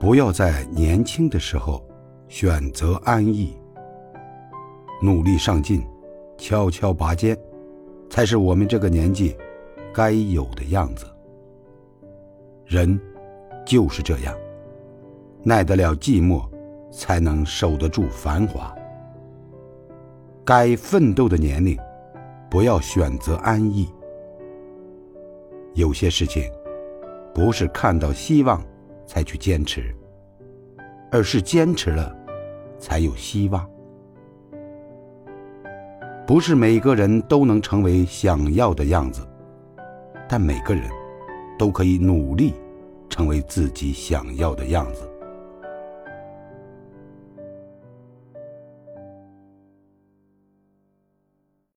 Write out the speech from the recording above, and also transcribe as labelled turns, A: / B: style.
A: 不要在年轻的时候选择安逸，努力上进，悄悄拔尖，才是我们这个年纪该有的样子。人就是这样，耐得了寂寞，才能守得住繁华。该奋斗的年龄，不要选择安逸。有些事情不是看到希望才去坚持，而是坚持了才有希望。不是每个人都能成为想要的样子，但每个人都可以努力成为自己想要的样子。